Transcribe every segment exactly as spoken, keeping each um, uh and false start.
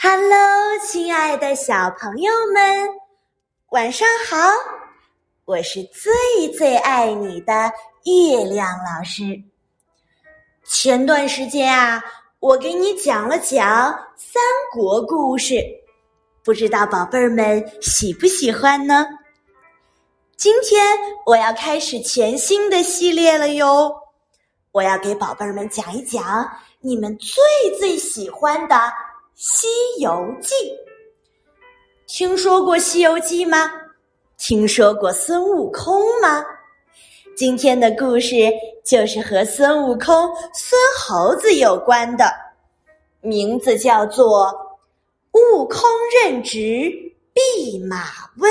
Hello， 亲爱的小朋友们，晚上好！我是最最爱你的月亮老师。前段时间啊，我给你讲了讲三国故事，不知道宝贝儿们喜不喜欢呢？今天我要开始全新的系列了哟，我要给宝贝儿们讲一讲你们最最喜欢的《西游记》。听说过《西游记》吗？听说过孙悟空吗？今天的故事就是和孙悟空、孙猴子有关的，名字叫做《悟空任职弼马温》。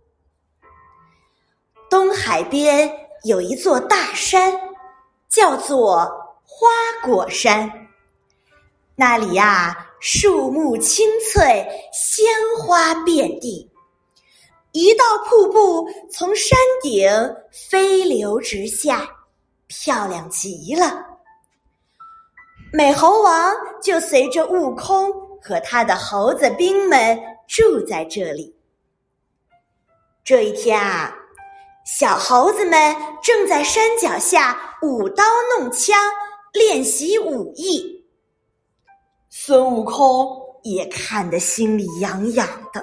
东海边有一座大山，叫做花果山。那里呀，树木青翠，鲜花遍地，一道瀑布从山顶飞流直下，漂亮极了。美猴王就随着悟空和他的猴子兵们住在这里。这一天啊，小猴子们正在山脚下舞刀弄枪，练习武艺。孙悟空也看得心里痒痒的。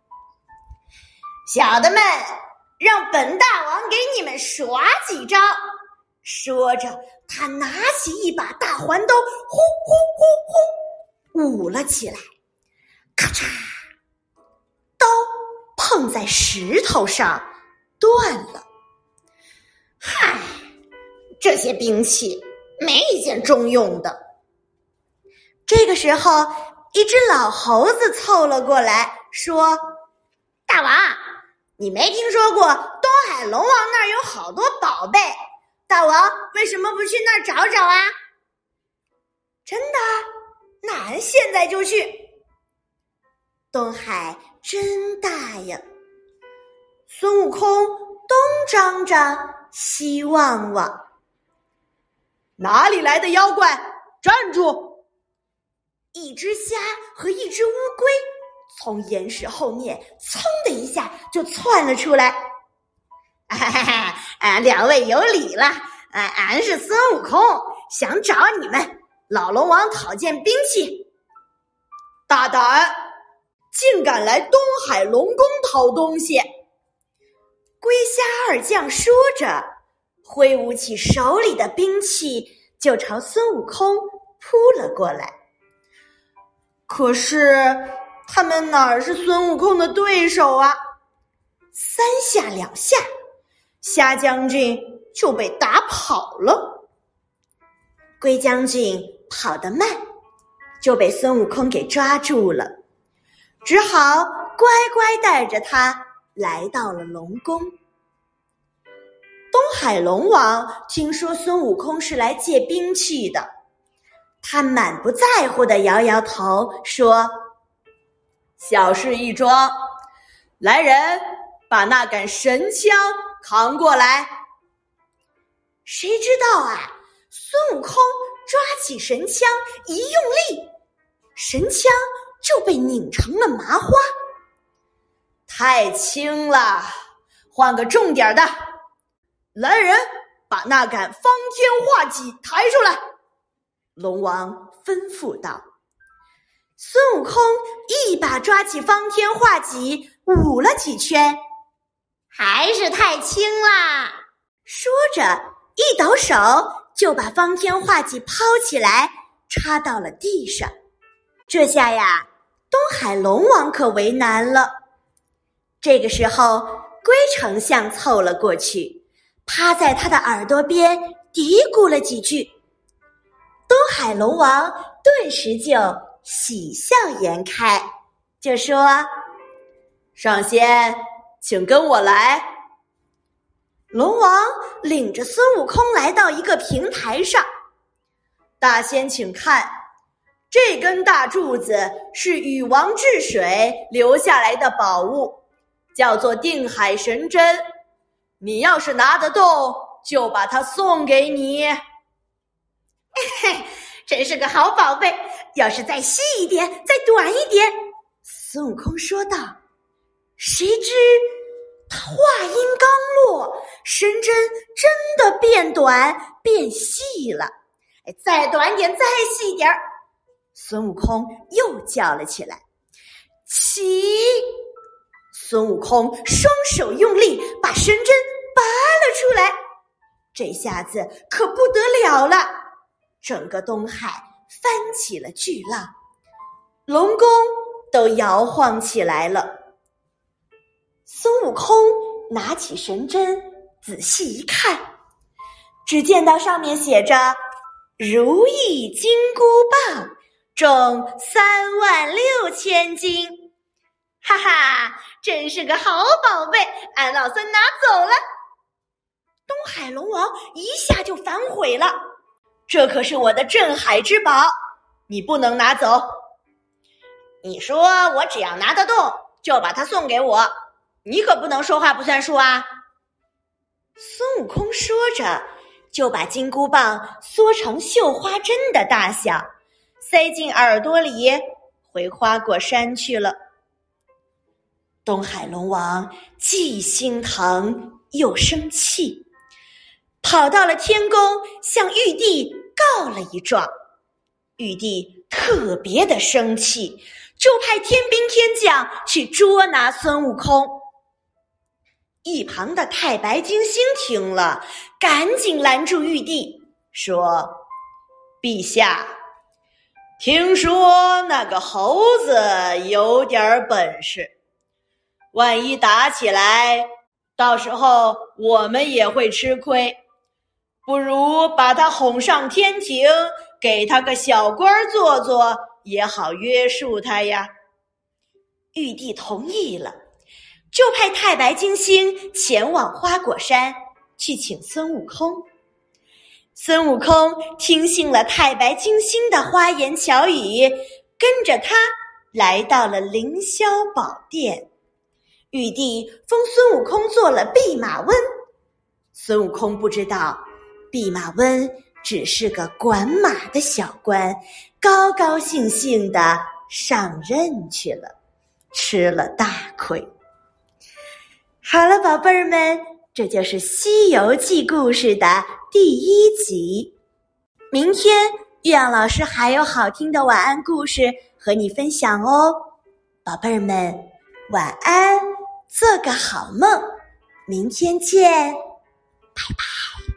小的们，让本大王给你们耍几招。说着，他拿起一把大环刀，呼呼呼呼舞了起来。咔嚓，刀碰在石头上断了。嗨，这些兵器没一件中用的。这个时候，一只老猴子凑了过来，说：大王，你没听说过东海龙王那儿有好多宝贝，大王为什么不去那儿找找啊？真的？那俺现在就去。东海真大呀！孙悟空东张张西望望，哪里来的妖怪？站住！一只虾和一只乌龟从岩石后面噌的一下就窜了出来。哈哈哈，啊，两位有礼了，啊，俺是孙悟空，想找你们老龙王讨件兵器。大胆，竟敢来东海龙宫讨东西！龟虾二将说着，挥舞起手里的兵器，就朝孙悟空扑了过来。可是他们哪儿是孙悟空的对手啊？三下两下，虾将军就被打跑了。龟将军跑得慢，就被孙悟空给抓住了，只好乖乖带着他来到了龙宫。东海龙王听说孙悟空是来借兵器的，他满不在乎地摇摇头，说：小事一桩，来人，把那杆神枪扛过来。谁知道啊，孙悟空抓起神枪一用力，神枪就被拧成了麻花。太轻了，换个重点的。来人，把那杆方天画戟抬出来。龙王吩咐道。孙悟空一把抓起方天画戟，舞了几圈，还是太轻啦。说着，一抖手就把方天画戟抛起来，插到了地上。这下呀，东海龙王可为难了。这个时候，龟丞相凑了过去，趴在他的耳朵边嘀咕了几句。东海龙王顿时就喜笑颜开，就说：上仙，请跟我来。龙王领着孙悟空来到一个平台上。大仙请看，这根大柱子是禹王治水留下来的宝物，叫做定海神针，你要是拿得动，就把它送给你。嘿，真是个好宝贝， 要是再细一点，再短一点。孙悟空说道。谁知他话音刚落，神针真的变短变细了。哎，再短点，再细点儿。孙悟空又叫了起来。起！孙悟空双手用力，把神针拔了出来。这下子可不得了了，整个东海翻起了巨浪，龙宫都摇晃起来了。孙悟空拿起神针，仔细一看，只见到上面写着如意金箍棒，重三万六千斤。哈哈，真是个好宝贝，俺老孙拿走了。东海龙王一下就反悔了，这可是我的镇海之宝，你不能拿走。你说我只要拿得动，就把它送给我，你可不能说话不算数啊。孙悟空说着，就把金箍棒缩成绣花针的大小，塞进耳朵里，回花果山去了。东海龙王既心疼又生气，跑到了天宫，向玉帝告了一状。玉帝特别的生气，就派天兵天将去捉拿孙悟空。一旁的太白金星听了，赶紧拦住玉帝，说：陛下，听说那个猴子有点本事，万一打起来，到时候我们也会吃亏，不如把他哄上天庭，给他个小官做做，也好约束他呀。玉帝同意了，就派太白金星前往花果山去请孙悟空。孙悟空听信了太白金星的花言巧语，跟着他来到了凌霄宝殿。玉帝封孙悟空做了弼马温，孙悟空不知道弼马温只是个管马的小官，高高兴兴地上任去了，吃了大亏。好了，宝贝儿们，这就是《西游记》故事的第一集。明天月亮老师还有好听的晚安故事和你分享哦。宝贝儿们，晚安，做个好梦，明天见，拜拜。